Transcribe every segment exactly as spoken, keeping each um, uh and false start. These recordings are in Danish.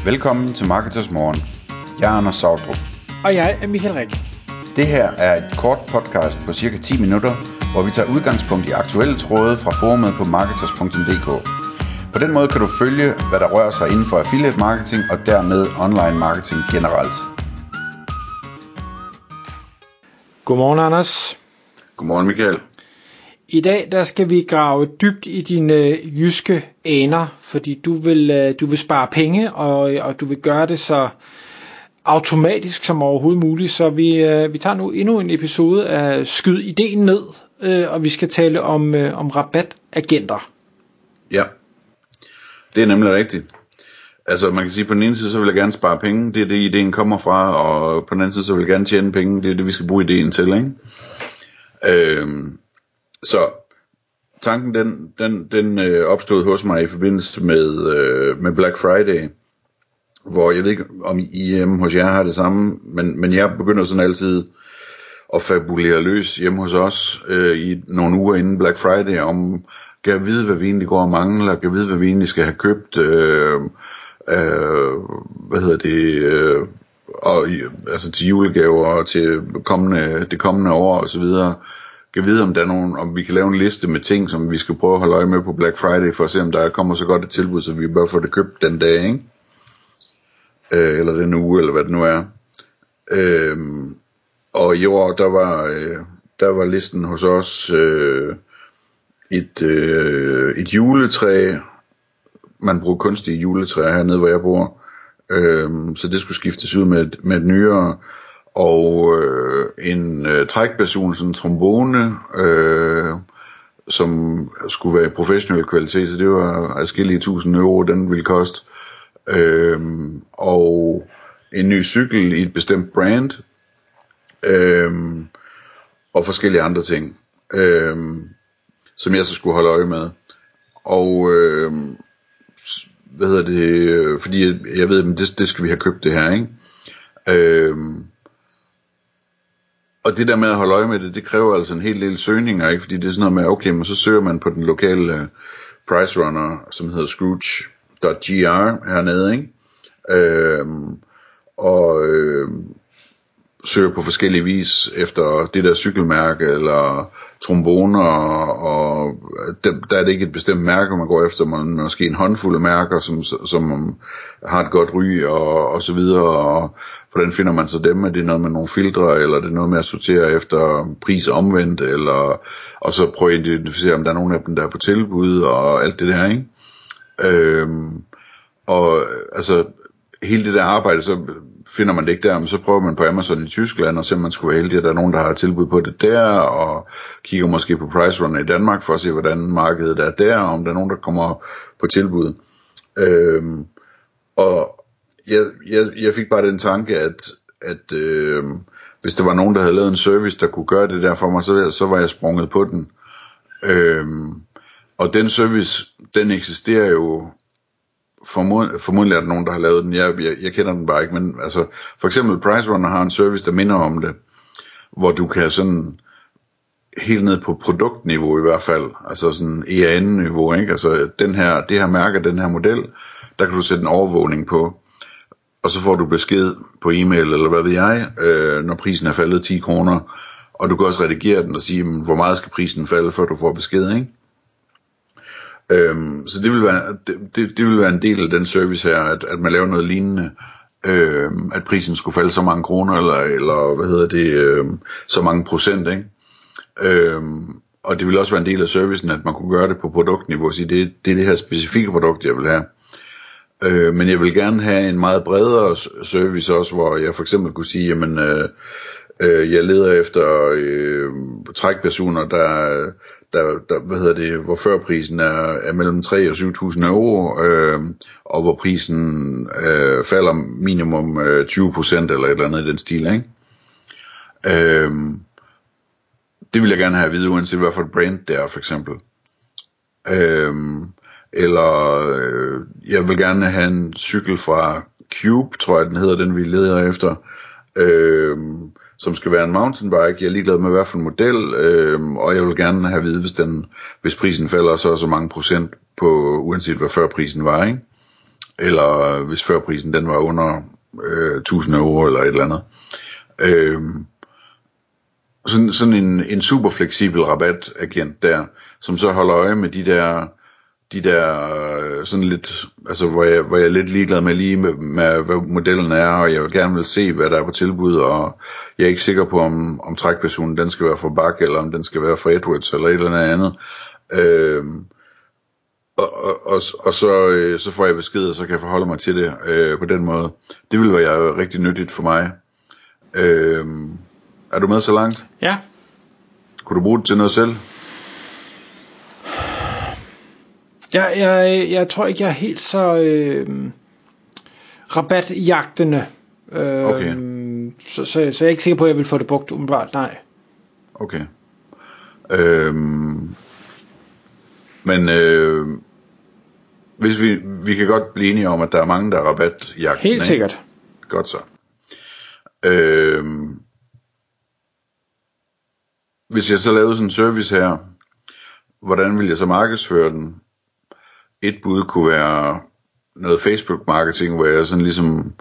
Velkommen til Marketers Morgen. Jeg er Anders Sautrup. Og jeg er Michael Rik. Det her er et kort podcast på cirka ti minutter, hvor vi tager udgangspunkt i aktuelle tråde fra forumet på marketers punktum d k. På den måde kan du følge, hvad der rører sig inden for affiliate marketing og dermed online marketing generelt. Godmorgen, Anders. Godmorgen, Michael. I dag der skal vi grave dybt i dine jyske aner, fordi du vil, du vil spare penge, og, og du vil gøre det så automatisk som overhovedet muligt. Så vi, vi tager nu endnu en episode af Skyd ideen ned, og vi skal tale om, om rabatagenter. Ja, det er nemlig rigtigt. Altså man kan sige, på den ene side så vil jeg gerne spare penge, det er det ideen kommer fra, og på den anden side så vil jeg gerne tjene penge, det er det vi skal bruge ideen til, ikke? Øhm, så tanken den, den, den øh, opstod hos mig i forbindelse med, øh, med Black Friday, hvor jeg ved ikke om I hjemme hos jer har det samme, men, men jeg begynder sådan altid at fabulere løs hjemme hos os øh, i nogle uger inden Black Friday, om kan jeg vide hvad vi egentlig går og mangler, kan jeg vide hvad vi egentlig skal have købt, øh, øh, hvad hedder det, øh, og, altså til julegaver og til kommende, det kommende år og så videre. Kan vide om der er nogen, om vi kan lave en liste med ting som vi skal prøve at holde øje med på Black Friday, for at se om der kommer så godt et tilbud, så vi bør få det købt den dag, ikke? Øh, eller den uge, eller hvad det nu er. Øh, og i år der var øh, der var listen hos os øh, et øh, et juletræ. Man bruger kunstige juletræer hernede hvor jeg bor, øh, så det skulle skiftes ud med et, med et nyere. Og øh, en øh, trækbasun, sådan en trombone, øh, som skulle være i professionel kvalitet, så det var adskillige tusind euro, den ville koste. Øh, og en ny cykel i et bestemt brand, øh, og forskellige andre ting, øh, som jeg så skulle holde øje med. Og øh, hvad hedder det, fordi jeg, jeg ved, at det, det skal vi have købt det her, ikke? Øh, Og det der med at holde øje med det, det kræver altså en hel del søgninger, ikke? Fordi det er sådan noget med, okay, men så søger man på den lokale uh, price runner, som hedder Scrooge punktum g r hernede, ikke? Øhm, og øh, søger på forskellige vis efter det der cykelmærke eller tromboner, og der, der er det ikke et bestemt mærke, man går efter, man måske en håndfuld af mærker, som, som har et godt ry og, og så videre, og hvordan finder man så dem? Er det noget med nogle filtre, eller er det noget med at sortere efter pris omvendt, eller og så prøve at identificere, om der er nogen af dem, der er på tilbud, og alt det der, ikke? Øhm, og altså, hele det der arbejde, så finder man det ikke der, men så prøver man på Amazon i Tyskland, og ser man skulle være heldig, at der er nogen, der har tilbud på det der, og kigger måske på Price Runner i Danmark, for at se, hvordan markedet er der, og om der er nogen, der kommer på tilbud. Øhm, og jeg, jeg, jeg fik bare den tanke, at, at øh, hvis der var nogen, der havde lavet en service, der kunne gøre det der for mig, så, så var jeg sprunget på den. Øhm, og den service, den eksisterer jo, formod, formodentlig er der nogen, der har lavet den, jeg, jeg, jeg kender den bare ikke, men altså, for eksempel Price Runner har en service, der minder om det, hvor du kan sådan, helt ned på produktniveau i hvert fald, altså sådan E A N-niveau, ikke? Altså den her, det her mærke, den her model, der kan du sætte en overvågning på, og så får du besked på e-mail, eller hvad ved jeg, øh, når prisen er faldet ti kroner, og du kan også redigere den og sige, hvor meget skal prisen falde, før du får besked, ikke? Øhm, så det vil, være, det, det, det vil være en del af den service her, at, at man laver noget lignende, øhm, at prisen skulle falde så mange kroner, eller, eller hvad hedder det, øhm, så mange procent, ikke? Øhm, og det vil også være en del af servicen, at man kunne gøre det på produktniveau, og sige, det, det er det her specifikke produkt, jeg vil have. Øh, men jeg vil gerne have en meget bredere service også, hvor jeg for eksempel kunne sige, jamen, øh, øh, jeg leder efter øh, trækpersoner, der, der, der, hvad hedder det, hvor førprisen er, er mellem tre og syv tusind euro, øh, og hvor prisen øh, falder minimum øh, tyve procent eller et eller andet i den stil, ikke? Øh, det vil jeg gerne have at vide, uanset hvad for et brand det er, for eksempel. Øh, Eller øh, jeg vil gerne have en cykel fra Cube, tror jeg den hedder, den vi leder efter, øh, som skal være en mountainbike. Jeg er ligeglad med hvad for en model, øh, og jeg vil gerne have at vide, hvis, den, hvis prisen falder så så mange procent på, uanset hvad før prisen var, ikke? eller hvis førprisen den var under øh, tusind euro eller et eller andet. Øh, sådan, sådan en, en super fleksibel rabatagent der, som så holder øje med de der, de der sådan lidt, altså hvor jeg, hvor jeg er lidt ligeglad med lige med, med hvad modellen er, og jeg vil gerne vil se hvad der er på tilbud, og jeg er ikke sikker på om, om trækpersonen den skal være fra Bach, eller om den skal være fra Edwards eller et eller andet. Øh, og, og, og, og så, øh, så får jeg besked, og så kan jeg forholde mig til det øh, på den måde. Det vil være rigtig nyttigt for mig. Øh, er du med så langt? Ja. Kunne du bruge det til noget selv? Jeg, jeg, jeg tror ikke, jeg er helt så øh, rabatjagtende. Øh, okay. så, så, så jeg er ikke sikker på, at jeg vil få det brugt umiddelbart, nej. Okay. Øhm, men øh, hvis vi, vi kan godt blive enige om, at der er mange, der er rabatjagtende. Helt sikkert. Ikke? Godt så. Øhm, hvis jeg så lavede sådan en service her, hvordan vil jeg så markedsføre den? Et bud kunne være noget Facebook marketing, hvor jeg sådan ligesom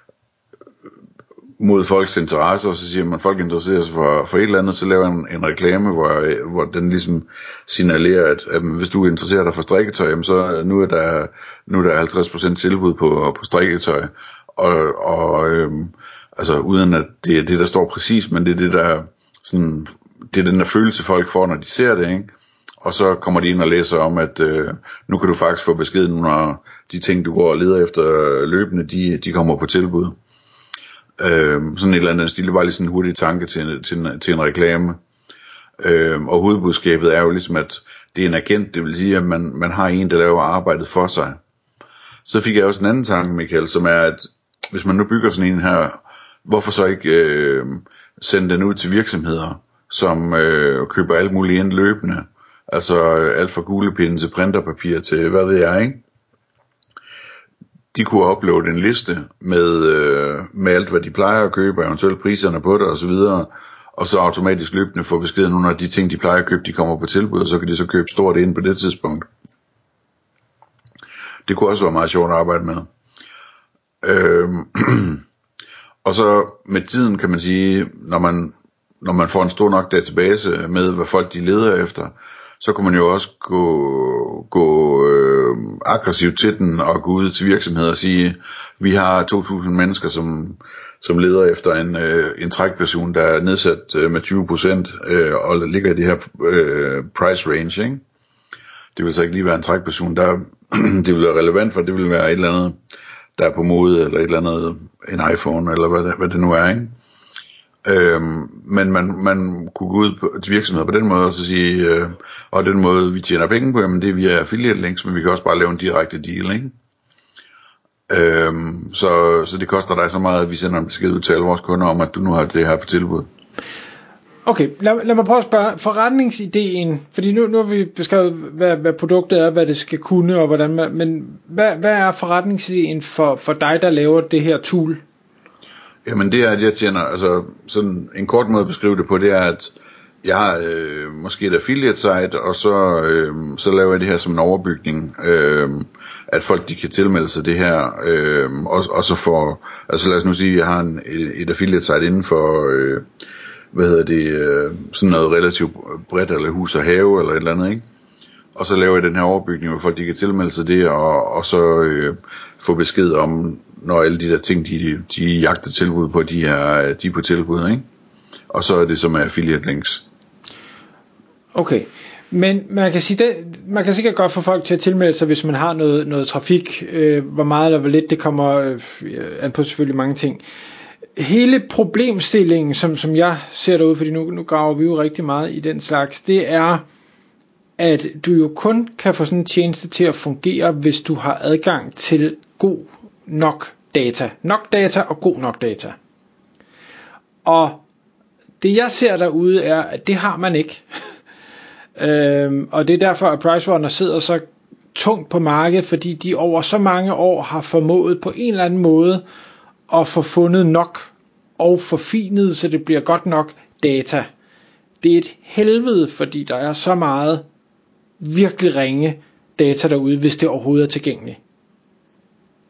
mod folks interesse, og så siger man, at folk interesserer sig for, for et eller andet, så laver jeg en, en reklame, hvor, hvor den ligesom signalerer, at, at hvis du interesserer dig for strikketøj, jamen så nu er der, nu er der halvtreds procent tilbud på, på strikketøj, og, og øhm, altså uden at det er det, der står præcis, men det er det, der sådan, det er den der følelse, folk får, når de ser det, ikke? Og så kommer de ind og læser om, at øh, nu kan du faktisk få besked, når de ting, du går og leder efter løbende, de, de kommer på tilbud. Øh, sådan et eller andet stil, det var lige sådan en hurtig tanke til, til, til en reklame. Øh, og hovedbudskabet er jo ligesom, at det er en agent, det vil sige, at man, man har en, der laver arbejdet for sig. Så fik jeg også en anden tanke, Michael, som er, at hvis man nu bygger sådan en her, hvorfor så ikke øh, sende den ud til virksomheder, som øh, køber alt muligt ind løbende? Altså alt fra kuglepinde til printerpapir til hvad ved jeg, ikke? De kunne uploade en liste med, øh, med alt hvad de plejer at købe, eventuelt priserne på det og så videre, og så automatisk løbende få beskeden, når de ting de plejer at købe, de kommer på tilbud, og så kan de så købe stort ind på det tidspunkt. Det kunne også være meget sjovt at arbejde med. Øhm, og så med tiden kan man sige, når man, når man får en stor nok database med, hvad folk de leder efter, så kan man jo også gå, gå øh, aggressivt til den og gå ud til virksomheder og sige, vi har to tusind mennesker, som, som leder efter en, øh, en trækperson, der er nedsat øh, med tyve procent øh, og ligger i det her øh, price range, ikke? Det vil så ikke lige være en trækperson, der det vil være relevant for, det vil være et eller andet, der er på mode, eller et eller andet, en iPhone, eller hvad det, hvad det nu er, ikke? Øhm, men man, man kunne gå ud på, til virksomheder på den måde og så sige, øh, og den måde vi tjener penge på, jamen det er via affiliate links, men vi kan også bare lave en direkte deal, ikke? Øhm, så, så det koster dig så meget, at vi sender en besked ud til alle vores kunder om, at du nu har det her på tilbud. Okay, lad, lad mig prøve at spørge, forretningsideen, fordi nu, nu har vi beskrevet, hvad, hvad produktet er, hvad det skal kunne, og hvordan man, men hvad, hvad er forretningsideen for, for dig, der laver det her tool? Jamen det er, at jeg tjener, altså sådan en kort måde at beskrive det på, det er, at jeg har øh, måske et affiliate site, og så, øh, så laver jeg det her som en overbygning, øh, at folk de kan tilmelde sig det her, øh, og, og så får, altså lad os nu sige, at jeg har en, et affiliate site inden for, øh, hvad hedder det, øh, sådan noget relativt bredt, eller hus og have, eller et eller andet, ikke? Og så laver jeg den her overbygning, hvor folk de kan tilmelde sig det, og, og så øh, få besked om, når alle de der ting, de, de jagter tilbud på, de er, de er på tilbud, ikke? Og så er det som er affiliate links. Okay. Men man kan sige det, man kan sikkert godt få folk til at tilmelde sig, hvis man har noget, noget trafik, øh, hvor meget eller hvor lidt, det kommer øh, an på selvfølgelig mange ting. Hele problemstillingen, som, som jeg ser derude, fordi nu, nu graver vi jo rigtig meget i den slags, det er, at du jo kun kan få sådan en tjeneste til at fungere, hvis du har adgang til god nok data. Nok data og god nok data. Og det jeg ser derude er, at det har man ikke. øhm, og det er derfor, at PriceRunner sidder så tungt på markedet, fordi de over så mange år har formået på en eller anden måde at få fundet nok og forfinet, så det bliver godt nok data. Det er et helvede, fordi der er så meget virkelig ringe data derude, hvis det overhovedet er tilgængeligt.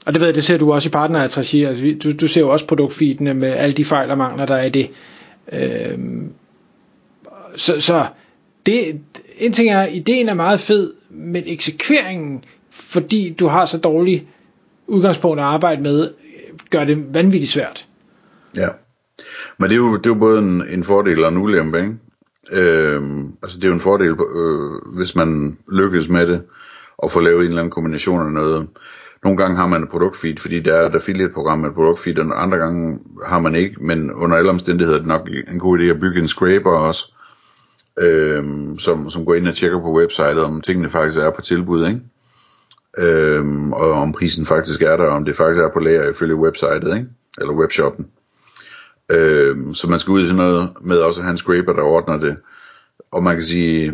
Og det ved jeg, det ser du også i partnerattachie. Altså, du, du ser jo også produktfeedene med alle de fejl og mangler, der er i det. Øhm, så, så det, en ting er, ideen er meget fed, men eksekveringen, fordi du har så dårlig udgangspunkt at arbejde med, gør det vanvittigt svært. Ja, men det er jo, det er jo både en, en fordel og en ulempe, ikke? Øhm, altså det er jo en fordel, øh, hvis man lykkes med det, og får lavet en eller anden kombination af noget. Nogle gange har man et produktfeed, fordi der er et affiliate-program med et produktfeed, og andre gange har man ikke, men under alle omstændigheder er det nok en god idé at bygge en scraper også, øhm, som, som går ind og tjekker på websitet, om tingene faktisk er på tilbud, ikke? Øhm, og om prisen faktisk er der, og om det faktisk er på lager ifølge websitet, ikke? Eller webshoppen. Øhm, så man skal ud i sådan noget med også at have en scraper, der ordner det. Og man kan sige,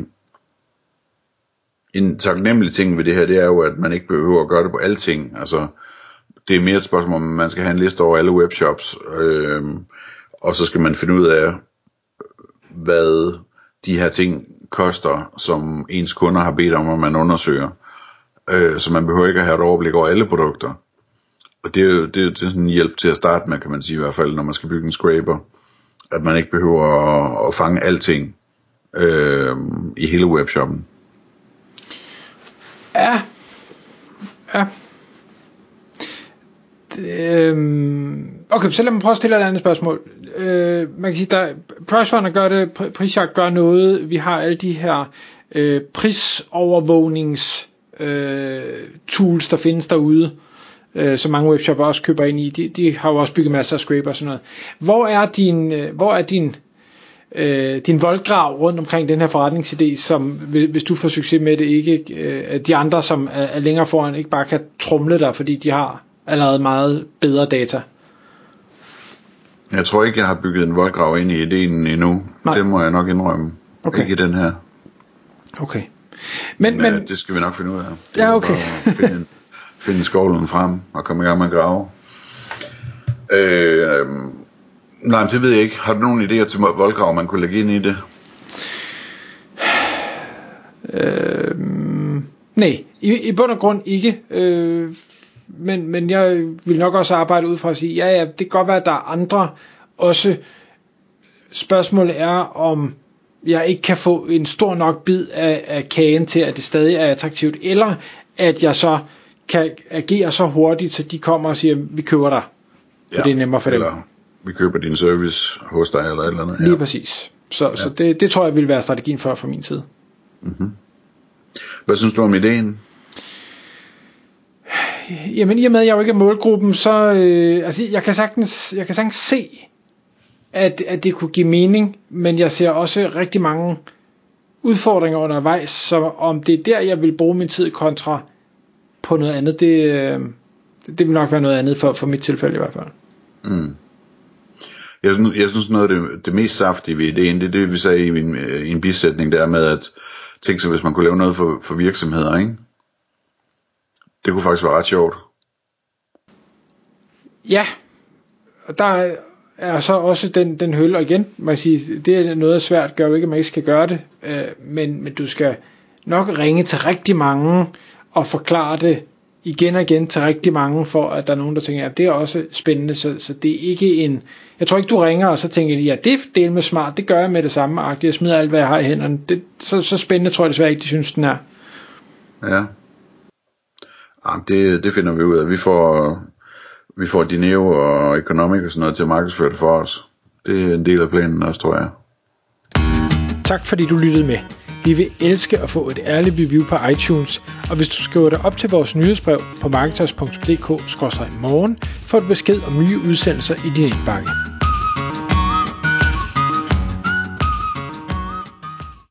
en taknemmelig ting ved det her, det er jo, at man ikke behøver at gøre det på alle ting. Altså, det er mere et spørgsmål om, at man skal have en liste over alle webshops, øhm, og så skal man finde ud af, hvad de her ting koster, som ens kunder har bedt om, at man undersøger. Øh, så man behøver ikke at have et overblik over alle produkter. Og det er jo det, det er sådan en hjælp til at starte med, kan man sige i hvert fald, når man skal bygge en scraper. At man ikke behøver at, at fange alting øh, i hele webshoppen. Ja. Ja. Øhm, okay, så lad mig prøve at stille et andet spørgsmål. Øh, man kan sige, der Pricefinder gør det, Prisjakt gør noget. Vi har alle de her øh, prisovervågnings øh, tools, der findes derude, øh, som mange webshopper også køber ind i. De, de har jo også bygget masser af scraper og sådan noget. Hvor er din, øh, hvor er din øh, din voldgrav rundt omkring den her forretningsidé, som hvis du får succes med det, ikke øh, de andre, som er, er længere foran, ikke bare kan tromle dig, fordi de har allerede meget bedre data? Jeg tror ikke, jeg har bygget en voldgrav ind i ideen endnu. Nej. Det må jeg nok indrømme. Okay. Ikke i den her. Okay. Men, men, men det skal vi nok finde ud af. Det ja, okay. finde, en, finde skovlen frem og komme i gang med at grave. Øh, nej, men det ved jeg ikke. Har du nogen idéer til voldgrav, man kunne lægge ind i det? Øh, nej, i, i bund og grund ikke. Øh, men, men jeg vil nok også arbejde ud fra at sige, ja, ja, det kan godt være, at der er andre også. Spørgsmålet er, om jeg ikke kan få en stor nok bid af, af kagen til, at det stadig er attraktivt, eller at jeg så kan agere så hurtigt, så de kommer og siger, vi køber dig, for ja, det er nemmere for eller dem. Vi køber din service hos dig, eller et eller andet. Lige ja. præcis. Så, ja. så det, det tror jeg vil være strategien for, fra min side. Mm-hmm. Hvad synes du om ideen? Jamen i og med, at jeg jo ikke er målgruppen, så øh, altså, jeg kan sagtens, jeg kan sagtens se, at, at det kunne give mening, men jeg ser også rigtig mange udfordringer undervejs, så om det er der, jeg vil bruge min tid kontra på noget andet, det, øh, det vil nok være noget andet for, for mit tilfælde i hvert fald. Mm. Jeg, synes, jeg synes noget af det, det mest saftige ved ideen, det er det, vi sagde i en, i en bisætning, der med at tænke sig, hvis man kunne lave noget for, for virksomheder, ikke? Det kunne faktisk være ret sjovt. Ja, og der er så også den, den høl, og igen, man siger, det er noget svært, gør jo ikke, at man ikke skal gøre det, øh, men, men du skal nok ringe til rigtig mange, og forklare det igen og igen til rigtig mange, for at der er nogen, der tænker, at ja, det er også spændende, så, så det er ikke en, jeg tror ikke du ringer, og så tænker de, ja, det er del med smart, det gør jeg med det samme, agtigt, jeg smider alt, hvad jeg har i hænderne, det, så, så spændende tror jeg desværre ikke, de synes, den er. Ja, ah, det, det finder vi ud af, vi får, vi får Dineo og Economic og sådan noget til at markedsføre det for os, det er en del af planen også, tror jeg. Tak fordi du lyttede med. Vi vil elske at få et ærligt review på iTunes, og hvis du skriver dig op til vores nyhedsbrev på marketers punktum d k skråstreg morgen, får du besked om nye udsendelser i din indbakke.